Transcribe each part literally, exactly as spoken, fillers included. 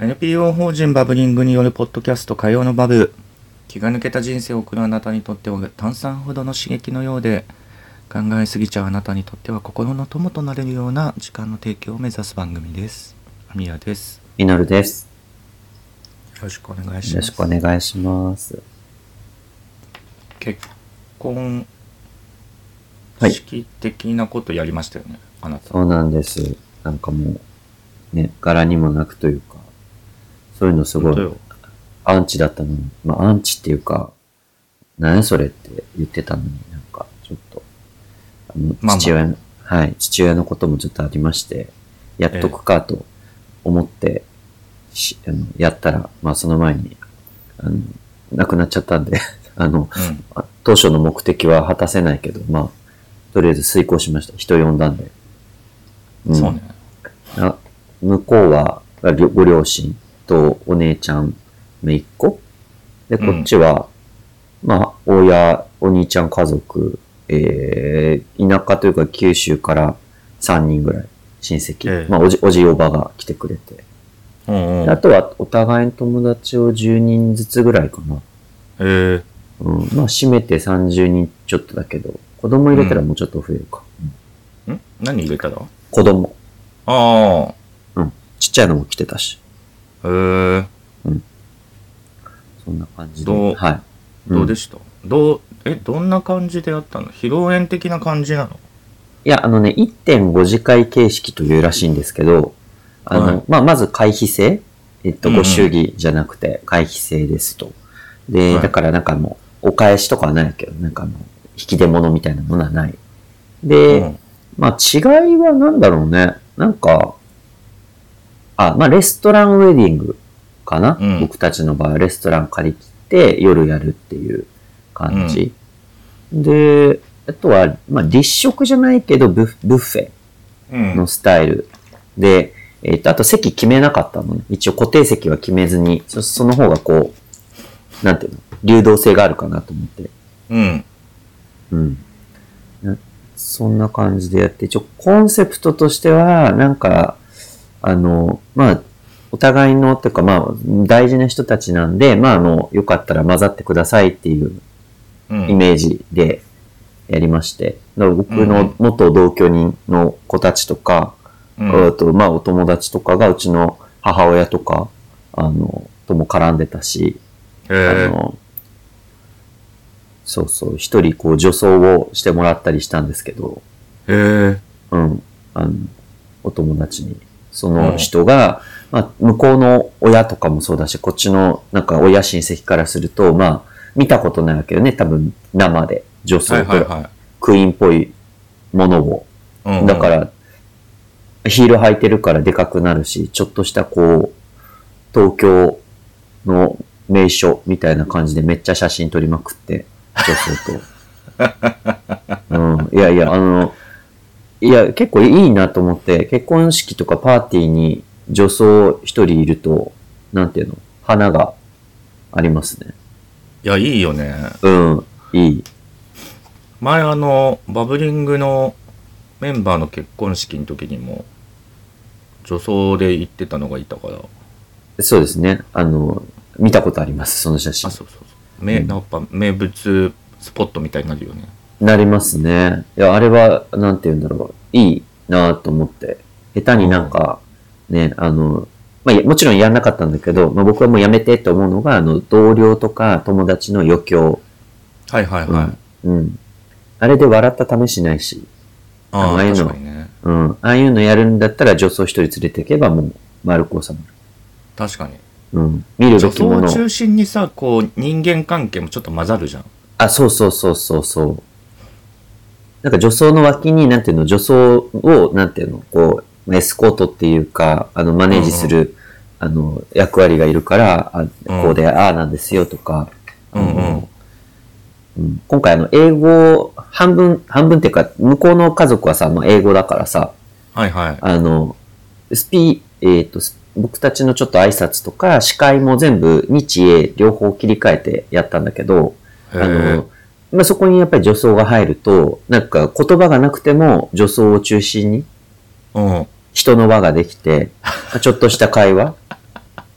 エヌピーオー 法人バブリングによるポッドキャスト火曜のバブ。気が抜けた人生を送るあなたにとっては炭酸ほどの刺激のようで、考えすぎちゃうあなたにとっては心の友となれるような時間の提供を目指す番組です。アミヤです。 ミノルです。 よろしくお願いします。 よろしくお願いします。 結婚式的なことやりましたよね、はい、あなた。 そうなんです。なんかもうね、柄にもなくというか、そういうのすごいアンチだったのに、まあアンチっていうか、何それって言ってたのに、なんかちょっと、あの父親の、まあまあ、はい、父親のこともちょっとありまして、やっとくかと思って、しあのやったら、まあその前に、あの、亡くなっちゃったんで、あの、うん、当初の目的は果たせないけど、まあ、とりあえず遂行しました。人呼んだんで。 うん、そうね。 あ、向こうは、ご両親とお姉ちゃん、姪っ子で、こっちは、うん、まあ、親、お兄ちゃん家族、えー、田舎というか九州からさんにんぐらい親戚、えー、まあ、おじ、おじおばが来てくれて。うんうん、あとは、お互いの友達をじゅうにんずつぐらいかな。 へえ。 うん、まあ、締めてさんじゅうにんちょっとだけど、子供入れたらもうちょっと増えるか。 うん、ん何入れたら子供。 ああ。うん。ちっちゃいのも来てたし。 へえ。 うん。そんな感じで。 どう、 はい。 どうでした、うん、どう、え、どんな感じでやったの？披露宴的な感じなの？ いや、あのね、いってんご 次会形式というらしいんですけど、あの、はい、まあ、まず会費制えっと、ご祝儀じゃなくて会費制ですと。で、はい、だからなんかもう、お返しとかはないけど、なんかあの、引き出物みたいなものはない。で、うん、まあ違いはなんだろうね。なんか、あ、まあレストランウェディングかな、うん、僕たちの場合はレストラン借り切って夜やるっていう感じ。うん、で、あとは、まあ立食じゃないけどブッ、ブッフェのスタイル。うん、で、えっと、あと席決めなかったのね。一応固定席は決めずに、そ, その方がこう、なんていうの、流動性があるかなと思って。 うん。 うん。そんな感じでやって、一応コンセプトとしては、なんか、あの、まあ、お互いの、っていうかまあ、大事な人たちなんで、まあ、あの、よかったら混ざってくださいっていうイメージでやりまして、うん、僕の元同居人の子たちとか、うん、あと、まあ、お友達とかがうちの母親とか、あの、とも絡んでたし、あの、そうそう、一人こう女装をしてもらったりしたんですけど、 へえ。 うん、あの、お友達に。その人が、うん、まあ、向こうの親とかもそうだし、こっちのなんか親親戚からすると、まあ、見たことないわけよね、多分生で女装と、はいはいはい、クイーンっぽいものを。うんうん、だから、ヒール履いてるからでかくなるし、ちょっとしたこう、東京の名所みたいな感じでめっちゃ写真撮りまくって、女装と。うん。いやいや、あの、いや、結構いいなと思って、結婚式とかパーティーに女装一人いると、なんていうの、花がありますね。 いや、いいよね。 うん、いい。 前あの、バブリングのメンバーの結婚式の時にも、女装で行ってたのがいたから。 そうですね。あの、見たことあります、その写真。 あ、そうそうそう。め、うん、やっぱ名物スポットみたいになるよね。 なりますね。いや、あれは、なんて言うんだろう。いいなと思って。下手になんか、ね、あの、まあ、もちろんやんなかったんだけど、まあ、僕はもうやめてって思うのが、あの、同僚とか友達の余興。 はいはいはい。 うん。うん、あれで笑った試しないし。 ああ、 ああいうの、 確かにね。 うん。ああいうのやるんだったら女装一人連れていけばもう丸く収まる。 確かに。 うん。見るべきもの。 女装を中心にさ、こう、人間関係もちょっと混ざるじゃん。 あ、そうそうそうそうそう。なんか女装の脇に、なんていうの、女装を、なんていうの、こう、エスコートっていうか、あの、マネージする、うんうん、あの、役割がいるから、あこうで、うん、ああなんですよとか、 うんうんうん、今回あの、英語、半分、半分っていうか、向こうの家族はさ、もう英語だからさ、 はいはい。 あの、スピ、えっと、僕たちのちょっと挨拶とか、司会も全部日英両方切り替えてやったんだけど、あの、まあ、そこにやっぱり女装が入ると、なんか言葉がなくても女装を中心に、人の輪ができて、ちょっとした会話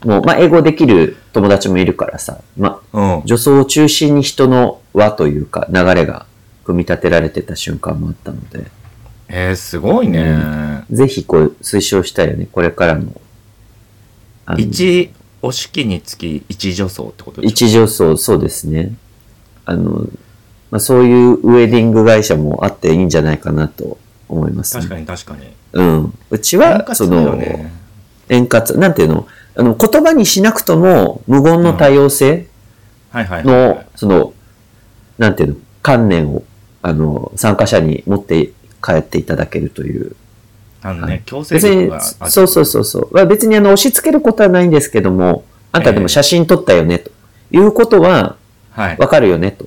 もう、まあ、英語できる友達もいるからさ、まあ、 うん。 女装を中心に人の輪というか、流れが組み立てられてた瞬間もあったので、 えー、すごいね。 ぜひこう、推奨したいよね、これからの。あの一お式につき一女装ってことでしょ？ 一女装、そうですね。あの、まあ、そういうウェディング会社もあっていいんじゃないかなと思いますね。 確かに確かに。 うん。うち円は、 滑その、 だよね。 円滑、なんていうの、あの、言葉にしなくとも無言の多様性はいはいはい、 の、 はい。 その、なんていうの、観念を、あの、参加者に持って帰っていただけるという。 あのね、 はい強制別に力がある。 そうそうそうそう。まあ別にあの、押し付けることはないんですけども、あんたでも写真撮ったよね、ということは、 はい。 わかるよね、と。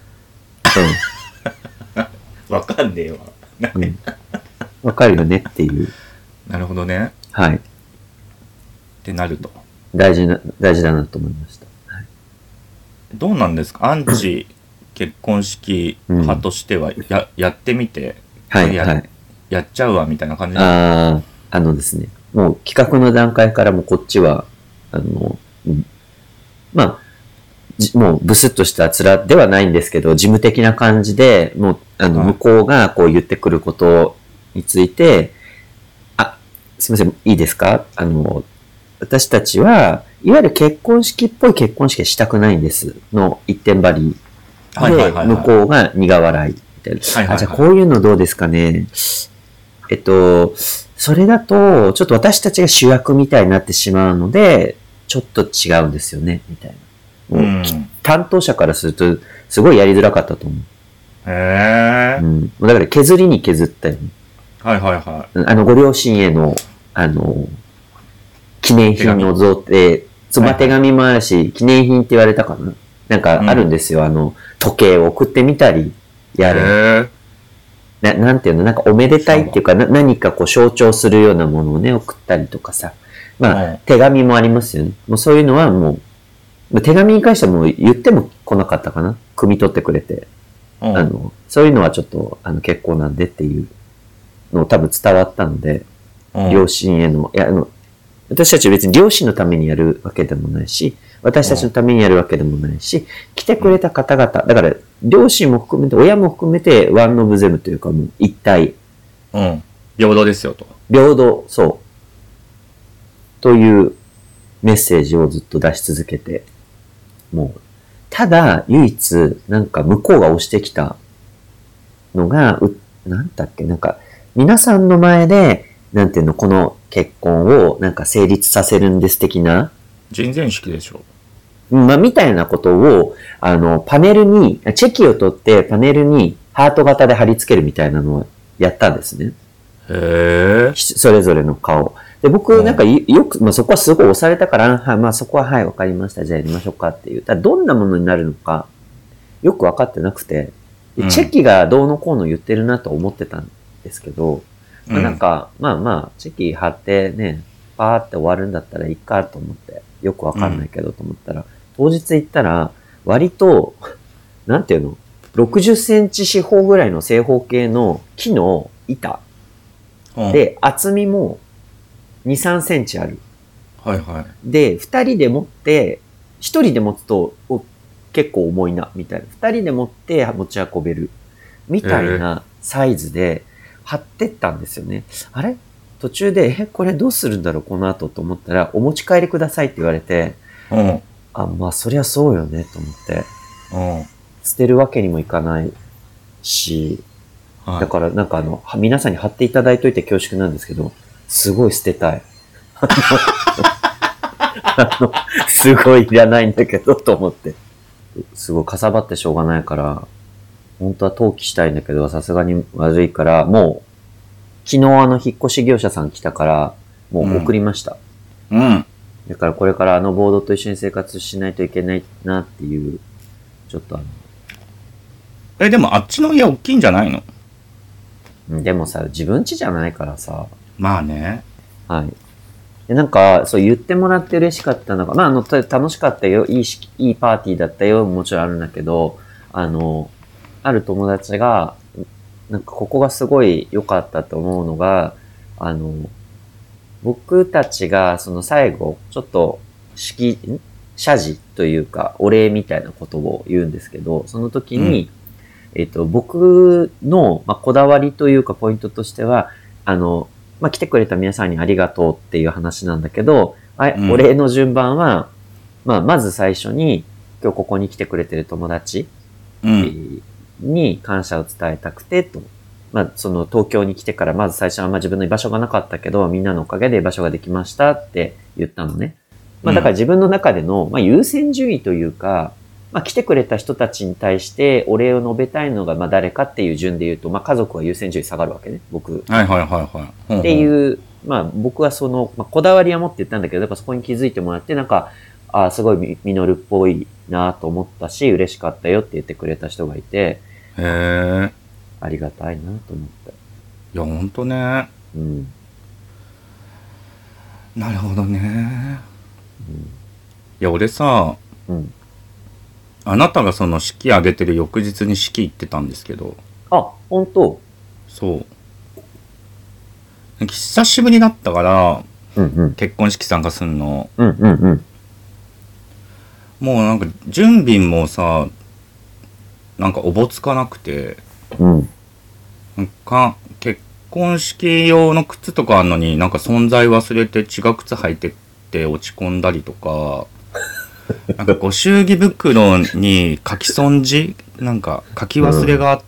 わかんねえわ。 うん。うん。わかるよねっていう。 なるほどね。 はい。 ってなると。 大事な、大事だなと思いました。はい、 どうなんですか？アンチ結婚式派としてはや、やってみて、 はい、 や、 はい。 やっちゃうわみたいな感じなの？ ああ、あのですね。もう企画の段階からもこっちは、あの、うん、まあ、じもうブスッとした面ではないんですけど、事務的な感じで、もう、あの、 はい向こうがこう言ってくることについて、あ、すみません、いいですか？あの、私たちは、いわゆる結婚式っぽい結婚式はしたくないんですの一点張りで、 はいはいはいはい。 向こうが苦笑いみたいな。 はいはいはいあ、じゃあこういうのどうですかね。えっと、それだと、ちょっと私たちが主役みたいになってしまうので、ちょっと違うんですよね、みたいな。もううん。 担当者からすると、すごいやりづらかったと思う。 へえ、 うん。だから削りに削ったよね。 はいはいはあの、ご両親への、あの、記念品の贈呈、そう、まあ、手紙もあるし、記念品って言われたかな。なんかあるんですよ。あの、時計を送ってみたり、 い。 やれ。 へえ。 ななんていうの、なんかおめでたいっていうか、な何かこう象徴するようなものをね、送ったりとかさ。まあ、 うん手紙もありますよね。もうそういうのはもう、手紙に関してはもう言っても来なかったかな。汲み取ってくれて。 うんあの、そういうのはちょっと、あの、結構なんでっていうのを多分伝わったので、 うん両親への、いや、あの、私たちは別に両親のためにやるわけでもないし、私たちのためにやるわけでもないし、来てくれた方々、だから、両親も含めて、親も含めて、ワンオブゼムというかもう一体、 うん。平等ですよと。 平等、そう。というメッセージをずっと出し続けて、もう、ただ、唯一、なんか向こうが押してきたのが、う、なんだっけ、なんか、皆さんの前で、なんていうの、この結婚をなんか成立させるんです的な、 人前式でしょ。 まあ、みたいなことを、あの、パネルに、チェキを取ってパネルにハート型で貼り付けるみたいなのをやったんですね。 へえ。 それぞれの顔。で、僕、なんかよく、まあ、そこはすごい押されたから、はい、まあ、そこははい、わかりました。じゃあやりましょうかっていう。ただどんなものになるのか、よくわかってなくて、でチェキがどうのこうの言ってるなと思ってたんですけど、 うん、 まあ、なんか、まあまあ、チェキ貼ってね、パーって終わるんだったらいいかと思って、よくわかんないけどと思ったら、うん、当日行ったら、割と、なんていうの ?ろくじゅっセンチ四方ぐらいの正方形の木の板。 うん、 で、厚みもに、さんセンチある。 はいはい。 で、二人で持って、一人で持つと、結構重いな、みたいな。二人で持って持ち運べる。みたいなサイズで貼ってったんですよね。あれ途中で、え、これどうするんだろうこの後と思ったら、お持ち帰りくださいって言われて、 うん、 あ、まあそりゃそうよね、と思って。 うん、 捨てるわけにもいかないし、はい、だからなんかあの、皆さんに貼っていただいといて恐縮なんですけど、すごい捨てたい。あの、すごいいらないんだけど、と思って。すごいかさばってしょうがないから、本当は登記したいんだけど、さすがに悪いから、もう、昨日あの引っ越し業者さん来たから、もう送りました。 うん。うん、 だからこれからあのボードと一緒に生活しないといけないなっていう、ちょっとあの。 え、でもあっちの家大きいんじゃないの？ でもさ、自分家じゃないからさ。 まあね。 はい。で、なんか、そう言ってもらって嬉しかったのが、まあ、あの、楽しかったよ、いいし、いいパーティーだったよ、もちろんあるんだけど、あの、ある友達が、なんかここがすごい良かったと思うのが、あの、僕たちがその最後、ちょっと式、ん謝辞というか、お礼みたいなことを言うんですけど、その時に、うん、えっと、僕の、まあ、こだわりというかポイントとしては、あの、まあ、来てくれた皆さんにありがとうっていう話なんだけど、あ、うん、お礼の順番は、まあ、まず最初に、今日ここに来てくれてる友達、うん、に感謝を伝えたくて、と。まあ、その東京に来てからまず最初はあんま自分の居場所がなかったけど、みんなのおかげで居場所ができましたって言ったのね。まあ、だから自分の中での、まあ、優先順位というか、まあ、来てくれた人たちに対してお礼を述べたいのが、まあ、誰かっていう順で言うと、まあ、家族は優先順位下がるわけね、僕。 はいはいはいはい。 っていう、まあ、僕はその、まあ、こだわりは持って言ったんだけど、やっぱそこに気づいてもらって、なんか、ああ、すごいミノルっぽいなと思ったし、嬉しかったよって言ってくれた人がいて、 へー。 ありがたいなと思って。 いや、ほんとね。 うん。 なるほどね。うん、いや、俺さ、うん、あなたがその式挙げてる翌日に式行ってたんですけど。 あ、ほんと？ そう。久しぶりだったから、うんうん、結婚式参加すんの。 うんうんうん。 もうなんか準備もさ、なんかおぼつかなくて、うん、なんか結婚式用の靴とかあんのになんか存在忘れて違う靴履いてって落ち込んだりとか、なんかご祝儀袋に書き損じなんか書き忘れがあって、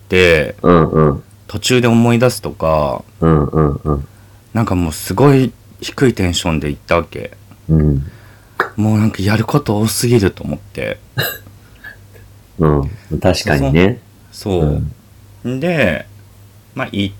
うんうんうん、途中で思い出すとか、うんうんうん、なんかもうすごい低いテンションで行ったわけ。うん、もうなんかやること多すぎると思って。 うん、確かにね。 そう。うん、で、まあ行って、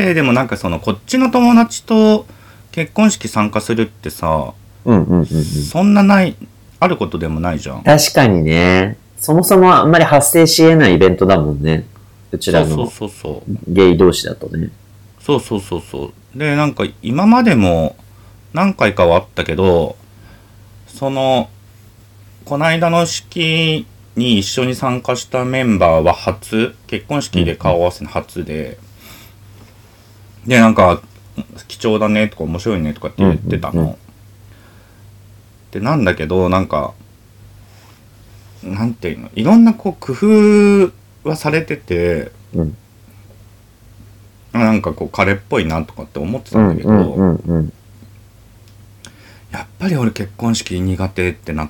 でもなんかそのこっちの友達と結婚式参加するってさ、うんうんうんうん、そんなない、あることでもないじゃん。 確かにね。そもそもあんまり発生し得ないイベントだもんね。うちらのゲイ同士だとね。 そうそうそうそう。で、なんか今までも何回かはあったけど、その、こないだの式に一緒に参加したメンバーは初、結婚式で顔合わせの初で、うん、で、なんか、貴重だねとか面白いねとかって言ってたの。うんうんうん、で、なんだけど、なんか、なんていうの、いろんなこう工夫はされてて、うん、なんかこう彼っぽいなとかって思ってたんだけど、うんうんうんうん、やっぱり俺結婚式苦手ってなって、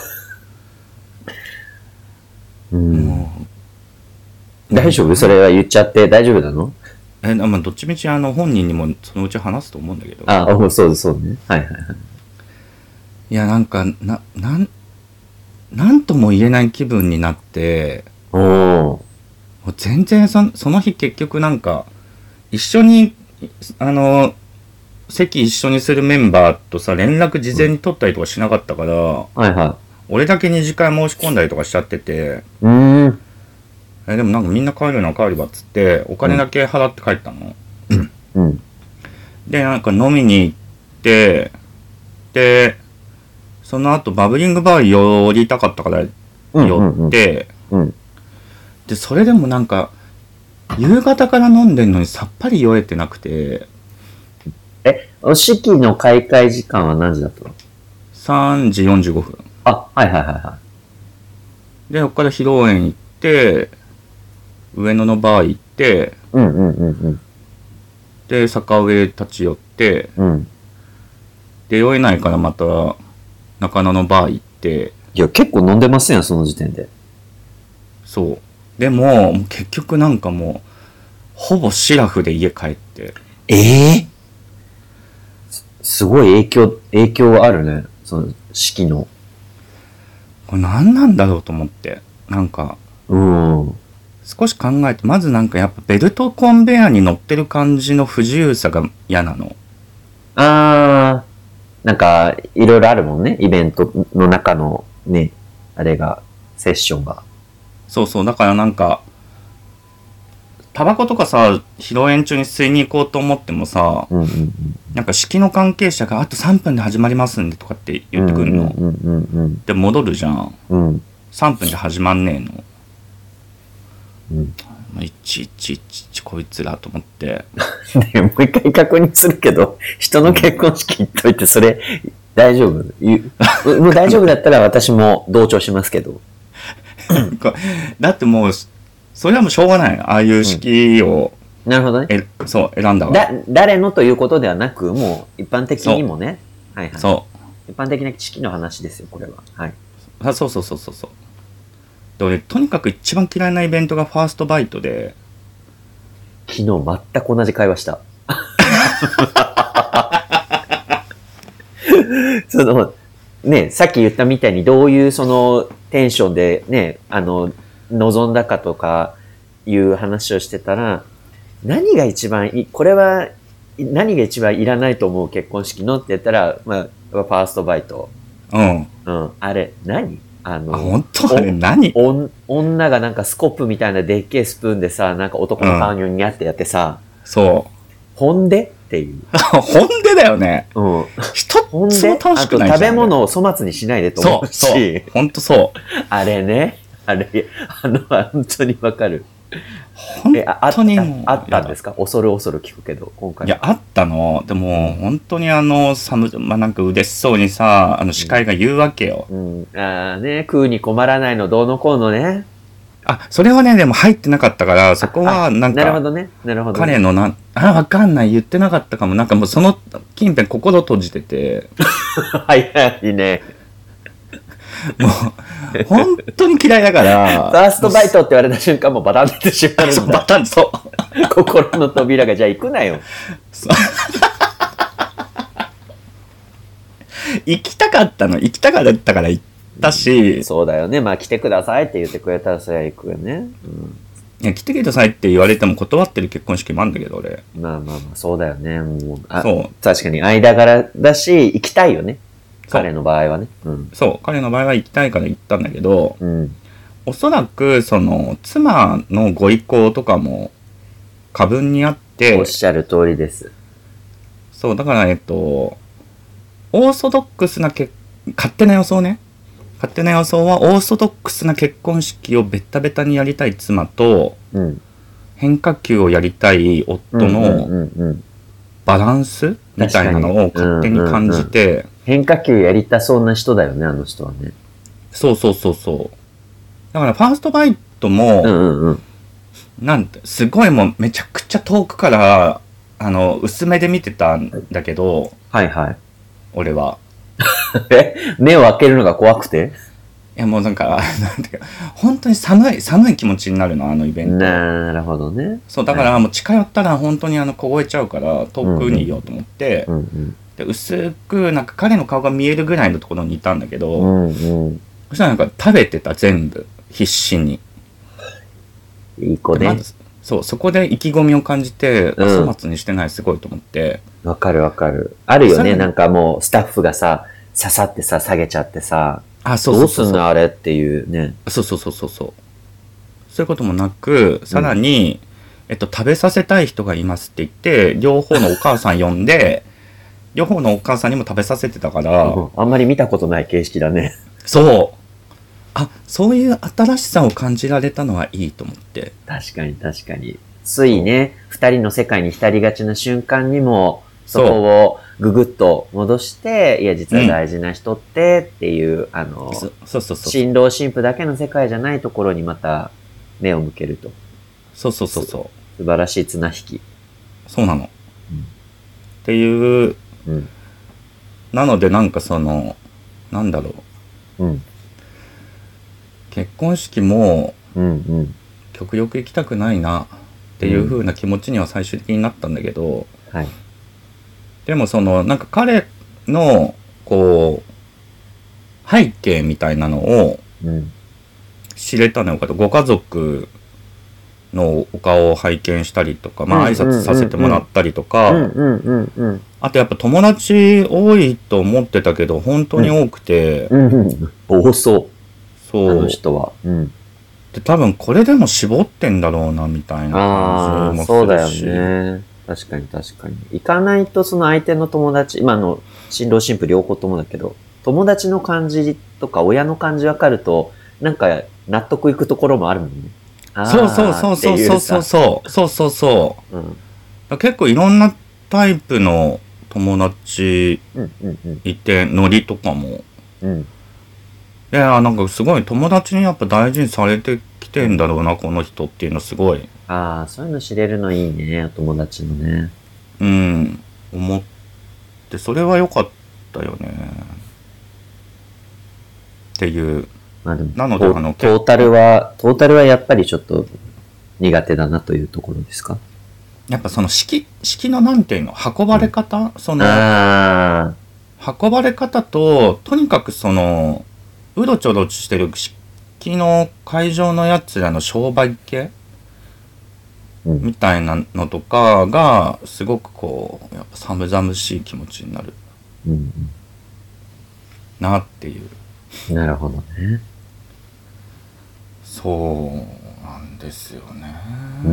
うん、もう大丈夫？それは言っちゃって大丈夫なの？ え、まあ、どっちみちあの本人にもそのうち話すと思うんだけど。 ああ、そうですそうね。はいはいはい。 いや、なんか、な、なん、なんとも言えない気分になって、お全然そ、その日結局なんか、一緒に、あの、席一緒にするメンバーとさ、連絡事前に取ったりとかしなかったから、うん、はいはい。俺だけ二次会申し込んだりとかしちゃってて、うーん。え、でもなんかみんな帰るな帰るわっつって、お金だけ払って帰ったの。うん。うん、で、なんか飲みに行って、で、その後バブリングバー寄りたかったから寄って、うんうんうん、で、それでもなんか、夕方から飲んでんのにさっぱり酔えてなくて。 え、お式の開会時間は何時だったの？ さんじよんじゅうごふん。 あ、はいはいはいはい。 で、そこから披露宴行って、上野のバー行って、うんうんうんうん、で、坂上立ち寄って、うん、で、酔えないからまた、中野のバー行って。 いや、結構飲んでますやん、その時点で。 そう。でも、結局なんかもう、ほぼシラフで家帰って。 ええー、すごい影響、影響あるね。その、式の。 これ何なんだろうと思って。なんか、うん。少し考えて、まずなんかやっぱベルトコンベヤーに乗ってる感じの不自由さが嫌なの。 あー。なんか、いろいろあるもんね。イベントの中のね、あれが、セッションが。 そうそう。だからなんか、タバコとかさ、披露宴中に吸いに行こうと思ってもさ、うんうんうん、なんか式の関係者があとさんぷんで始まりますんでとかって言ってくるの。うんうんうんうん、で、戻るじゃん。うん、さんぷんで始まんねえの。うん、いちいちいちいちこいつらと思って。 ね、もう一回確認するけど、人の結婚式行っといて、それ、 大丈夫ゆもう大丈夫だったら私も同調しますけど。 だってもう、それはもうしょうがない。ああいう式を、 うん、なるほどね。 えそう、選んだわ。 だ、誰のということではなく、もう一般的にもね。はいはい。 そう。 一般的な式の話ですよ、これは。はい。 あ、そうそうそうそうそう。で、俺、とにかく一番嫌いなイベントがファーストバイトで。 昨日全く同じ会話した。その、ね、さっき言ったみたいにどういうそのテンションでね、あの、望んだかとかいう話をしてたら、何が一番い、これは何が一番いらないと思う結婚式のって言ったら、まあ、ファーストバイト。 うん。 うん。あれ、何あの、 あ、本当あれ何お女がなんかスコップみたいなでっけえスプーンでさ、なんか男の顔ににゃってやってさ、 うん、そう。 ほんでっていう。 ほんでだよね。 うん。 一つも楽しくないじゃん。 あと食べ物を粗末にしないでと思うし。 そう、そう。ほんとそう。 あれね。あれ、あの、本当にわかる。 本当にもうあったんですか？恐る恐る聞くけど、今回。 いや、あったの。でも、本当にあの、寒、まあ、なんか嬉しそうにさ、あの、司会が言うわけよ。 うん。うん、ああね、食うに困らないの、どうのこうのね。 あ、それはね、でも入ってなかったから、そこはなんか、 なるほどね。なるほど、ね。 彼のなん、あ、わかんない、言ってなかったかも。なんかもうその近辺心閉じてて。 早いね。 もう、本当に嫌いだから。 ファーストバイトって言われた瞬間もうバタンってしまうんだ。 そう、バタン、そう。 心の扉が、じゃあ行くなよ。 行きたかったの。行きたかったから行ったし、 うん。そうだよね。まあ来てくださいって言ってくれたらそりゃ行くよね。うん、 いや、来てくださいって言われても断ってる結婚式もあるんだけど、俺。 まあまあまあ、そうだよね。もう、あ、 そう。 確かに間柄だし、行きたいよね。彼の場合はね、 うん。そう。彼の場合は行きたいから行ったんだけど、 うん、 おそらく、その、妻のご意向とかも過分にあって。 おっしゃる通りです。 そう、だから、えっと、オーソドックスな結、勝手な予想ね。勝手な予想は、オーソドックスな結婚式をベタベタにやりたい妻と、 うん、 変化球をやりたい夫のバランスみたいなのを勝手に感じて、うんうんうん、 変化球やりたそうな人だよね、あの人はね。 そうそうそうそう。だからファーストバイトも、 うんうんうん、 なんて、すごいもうめちゃくちゃ遠くから、あの、薄めで見てたんだけど、 はいはい。 俺は。 え、目を開けるのが怖くて？ いやもうなんか、なんていうか、本当に寒い、寒い気持ちになるの、あのイベント。 なるほどね。 そう、だからもう近寄ったら本当にあの凍えちゃうから、遠くにいようと思って、 うんうん、 で薄く、なんか彼の顔が見えるぐらいのところにいたんだけど、 うんうん、 そしたらなんか食べてた、全部。必死に。 いい子ね。 まずそう、そこで意気込みを感じて、うん、粗末にしてない、すごいと思って。 わかるわかる。あるよね、なんかもうスタッフがさ、刺さってさ、下げちゃってさ、 あ、そうそうそうそう。 どうすんのあれっていうね。 そうそうそうそうそう。そういうこともなく、さらに、うん、えっと、食べさせたい人がいますって言って、両方のお母さん呼んで、両方のお母さんにも食べさせてたから、 うん、あんまり見たことない形式だね。 そう。あ、そういう新しさを感じられたのはいいと思って。 確かに確かに。ついね、二人の世界に浸りがちな瞬間にも、そこをぐぐっと戻して、いや、実は大事な人ってっていう、うん、あの、 そうそうそうそう。 新郎新婦だけの世界じゃないところにまた目を向けると。 そうそうそうそう。 素晴らしい綱引き。 そうなの。うん、っていう、うん、なのでなんかその、なんだろう。うん、結婚式も、うんうん、極力行きたくないなっていう風な気持ちには最終的になったんだけど、 うん、はい。 でもそのなんか彼のこう背景みたいなのを知れたのよかった。ご家族のお顔を拝見したりとか、まあ挨拶させてもらったりとか、あとやっぱ友達多いと思ってたけど本当に多くて、 うんうんうん、多そう。 そう。 あの人は。うん。 で多分これでも絞ってんだろうなみたいな感じもするし。 そうだよね。確かに確かに。行かないとその相手の友達、今の新郎新婦両方ともだけど、友達の感じとか親の感じ分かると、なんか納得いくところもあるもんね。 そうそうそうそうそうそうそうそうそう、うん、結構いろんなタイプの友達うんうんうん。 いて、ノリとかも。 うん。 いや、なんかすごい友達にやっぱ大事にされてきてんだろうな、この人っていうのすごい。 ああ、そういうの知れるのいいね、お友達のね。 うん、思って、それは良かったよね。っていう。 まあでも、 なので、 トあの、 トータルは、トータルはやっぱりちょっと苦手だなというところですか？ やっぱその式、式のなんていうの、運ばれ方、うん、その、 あ運ばれ方と、とにかくその、うろちょろしてる式の会場のやつらの商売系、うん、みたいなのとかが、すごくこう、やっぱ寒々しい気持ちになる。うんうん、なっていう。 なるほどね。 そうなんですよね。 うん、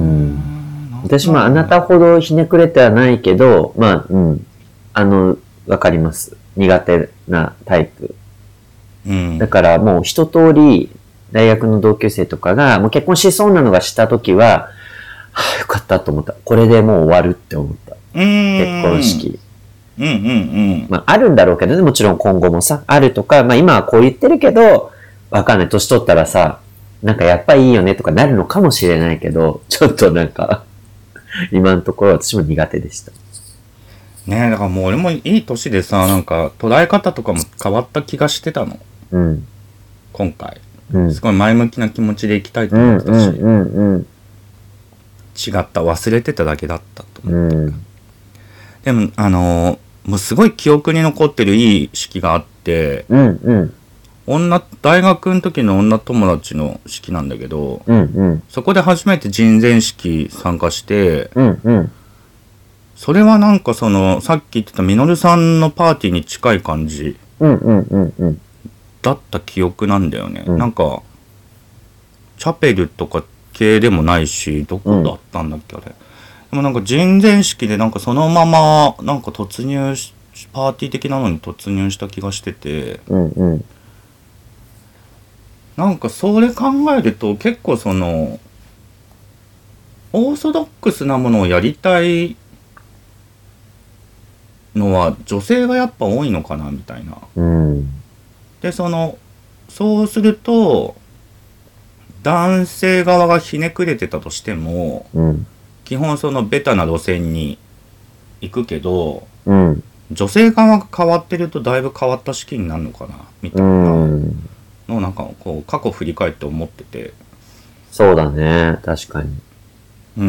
私もあなたほどひねくれてはないけど、まあ、うん。あの、わかります。苦手なタイプ。うん、だからもう一通り、大学の同級生とかが、もう結婚しそうなのがしたときは、はあ、よかったと思った。これでもう終わるって思った。結婚式。うんうんうん。まあ、あるんだろうけどね、もちろん今後もさ、あるとか、まあ今はこう言ってるけど、わかんない。年取ったらさ、なんかやっぱいいよねとかなるのかもしれないけど、ちょっとなんか、今のところ私も苦手でした。 ねえ、だからもう俺もいい年でさ、なんか捉え方とかも変わった気がしてたの。うん。今回。うん。すごい前向きな気持ちでいきたいと思ってたし。うんうんうんうん、違った、忘れてただけだったと思って。うん、でも、あのー、もうすごい記憶に残ってるいい式があって、うんうん。女、大学の時の女友達の式なんだけど、うんうん、そこで初めて人前式参加して、うんうん、それはなんかその、さっき言ってたみのるさんのパーティーに近い感じだった記憶なんだよね。うん、なんか、チャペルとか系でもないし、どこだったんだっけ、あれ。でもなんか人前式でなんかそのままなんか突入し、パーティー的なのに突入した気がしてて、うんうん、なんかそれ考えると結構その、オーソドックスなものをやりたいのは女性がやっぱ多いのかなみたいな、うん、でそのそうすると男性側がひねくれてたとしても、うん、基本そのベタな路線に行くけど、うん、女性側が変わってるとだいぶ変わった式になるのかなみたいなのをなんかこう過去振り返って思ってて。 そうだね、確かに。 うん。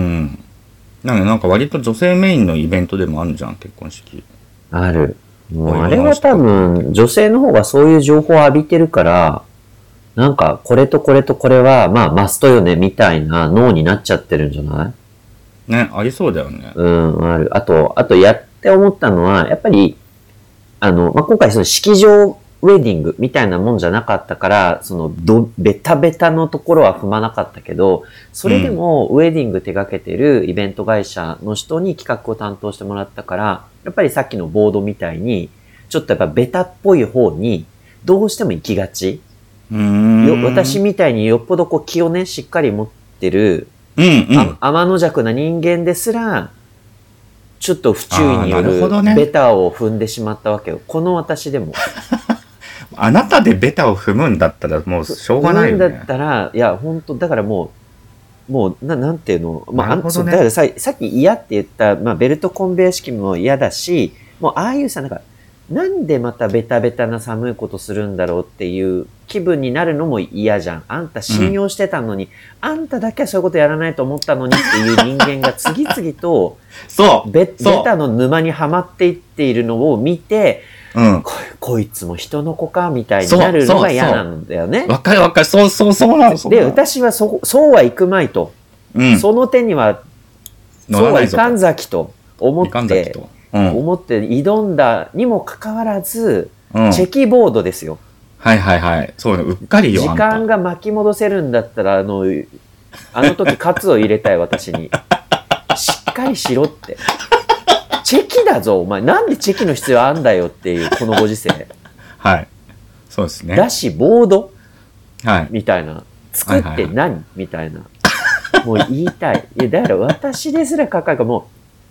なのでなんか割と女性メインのイベントでもあるじゃん、結婚式。 ある。もうあれは多分、女性の方がそういう情報を浴びてるから、なんか、これとこれとこれは、まあ、マストよね、みたいな脳になっちゃってるんじゃない？ ね、ありそうだよね。 うん、ある。あと、あと、やって思ったのは、やっぱり、あの、まあ、今回その式場ウェディングみたいなもんじゃなかったから、その、ど、ベタベタのところは踏まなかったけど、それでも、ウェディング手掛けてるイベント会社の人に企画を担当してもらったから、やっぱりさっきのボードみたいに、ちょっとやっぱベタっぽい方に、どうしても行きがち。うーんよ私みたいによっぽどこう気をね、しっかり持ってる、うんうん、天の弱な人間ですら、ちょっと不注意によるベタを踏んでしまったわけよ。この私でも。 あなたでベタを踏むんだったらもうしょうがないよね。 踏むんだったら、いや、本当だからもう、もう、な、なんていうの、まあ、ね、そうだからさ、さっき嫌って言った、まあ、ベルトコンベヤ式も嫌だし、もう、ああいうさ、なんか、なんでまたベタベタな寒いことするんだろうっていう気分になるのも嫌じゃん。あんた信用してたのに、うん、あんただけはそういうことやらないと思ったのにっていう人間が次々と、そうベ、ベタの沼にはまっていっているのを見て、うん、こ, こいつも人の子かみたいになるのが嫌なんだよね。 わかるわかる。そうそうそうなんです。 で、私はそ、そうはいくまいと。うん、その手には、そうはいかんざきと思って、うん、思って挑んだにもかかわらず、うん、チェキボードですよ。 はいはいはい。そうね、うっかりよ。 時間が巻き戻せるんだったら、あの、あの時カツを入れたい私に。しっかりしろって。チェキだぞ、お前。なんでチェキの必要あんだよっていう、このご時世。 はい。そうですね。 だし、ボードはい。みたいな。作って何、はいはいはい、みたいな。もう言いたい。いや、だから私ですらかかるからも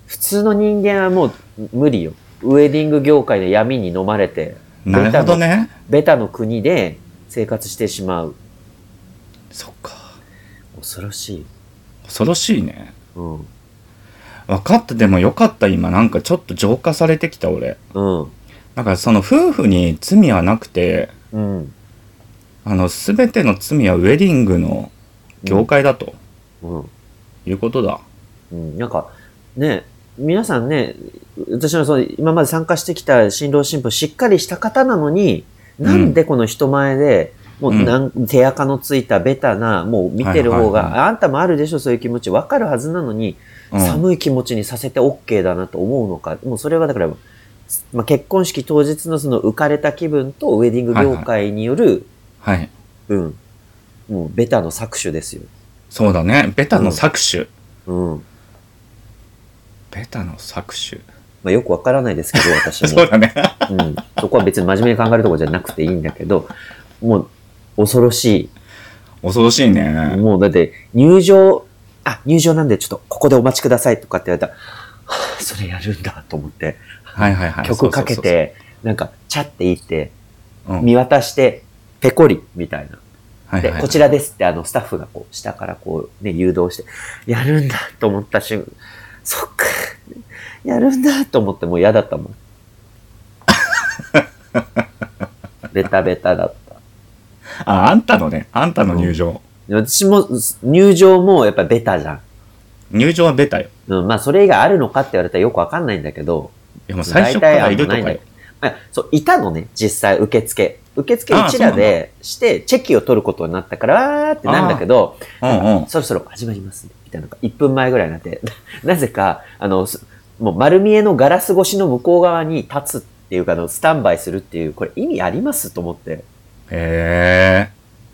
普通の人間はもう無理よ。ウェディング業界で闇に飲まれて、 なるほどね。 ベタの国で生活してしまう。 そっか。 恐ろしい。 恐ろしいね。 うん。 分かった。でもよかった。今なんかちょっと浄化されてきた俺。 うん。 だからその夫婦に罪はなくて、 うん。 あの全ての罪はウェディングの業界だと、 うん、 いうことだ。 うん。なんかね、皆さんね、私のその今まで参加してきた新郎新婦しっかりした方なのに、なんでこの人前で、もうなん、うん、手垢のついたベタな、もう見てる方が、はいはいはい、あんたもあるでしょ、そういう気持ち。わかるはずなのに、うん、寒い気持ちにさせて OK だなと思うのか。もうそれはだから、まあ、結婚式当日のその浮かれた気分とウェディング業界による、 はい、はい。 うん。もうベタの搾取ですよ。 そうだね。ベタの搾取。うん。うん、ベタの搾取。 まあ、よくわからないですけど、私も。 そうだね。 うん。そこは別に真面目に考えるところじゃなくていいんだけど、もう、恐ろしい。 恐ろしいね。 もうだって、入場、あ、入場なんでちょっとここでお待ちくださいとかって言われたら、はぁ、それやるんだと思って。 はいはいはい。 曲かけて、なんか、チャって言って、うん、見渡して、ペコリみたいな。はいはいはい、で、こちらですってあのスタッフがこう、下からこうね、誘導して、やるんだと思った瞬間、そっか、やるんだと思ってもう嫌だったもん。ベタベタだった。 あ、あんたのね、あんたの入場。 うん、私も、入場もやっぱベタじゃん。 入場はベタよ。 うん、まあそれ以外あるのかって言われたらよくわかんないんだけど。 いやもう最初からいるとかよ。 そう、いたのね、実際受付。受付うちらでして、チェキを取ることになったから、わーってなんだけど、うんうん、そろそろ始まりますね、みたいなのがいっぷんまえぐらいになって、なぜか、あの、もう丸見えのガラス越しの向こう側に立つっていうか、あの、スタンバイするっていう、これ意味ありますと思って。 へ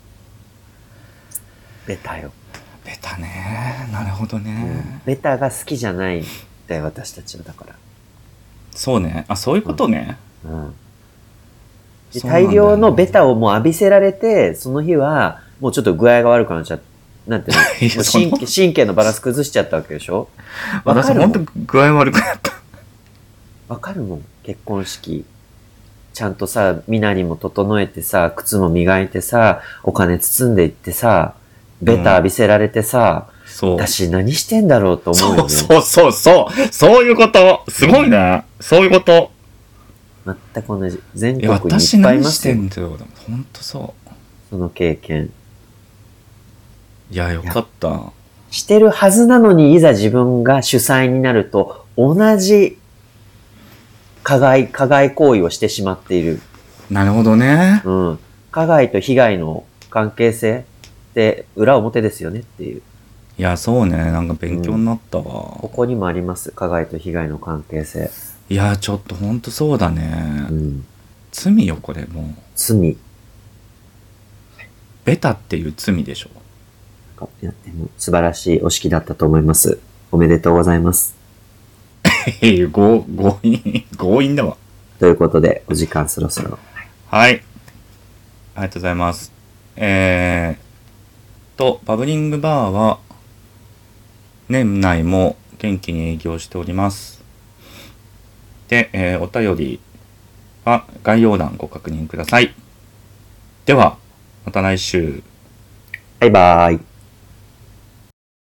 ー。ベタよ。 ベタね。なるほどね、 うん。ベタが好きじゃないんだよ、私たちはだから。 そうね。あ、そういうことね。うん。うんで大量のベタをもう浴びせられて、その日は、もうちょっと具合が悪くなっちゃって、なんていうのもう神経、神経のバランス崩しちゃったわけでしょ。 私ほんと具合悪くなった。 わかるもん、結婚式。ちゃんとさ、身なりも整えてさ、靴も磨いてさ、お金包んでいってさ、ベタ浴びせられてさ、うん、そう。私何してんだろうと思うよね。 そうそうそう、そういうこと。すごいね。そういうこと。 全く同じ。全国にいっぱいいますよ。 私何してんだよ。ほんとそう。 その経験。 いや、よかった。 してるはずなのに、いざ自分が主催になると、同じ加害、加害行為をしてしまっている。 なるほどね。 うん。加害と被害の関係性って裏表ですよねっていう。 いや、そうね。なんか勉強になったわ。うん、 ここにもあります。加害と被害の関係性。 いや、ちょっとほんとそうだね。うん、罪よ、これもう。 罪。 ベタっていう罪でしょ。 いや、でも素晴らしいお式だったと思います。おめでとうございます。 強引、強引だわ。 ということで、お時間そろそろ。 はい。ありがとうございます。えーと、バブリングバーは、年内も元気に営業しております。で、えー、お便りは概要欄ご確認ください。では、また来週。 バイバーイ。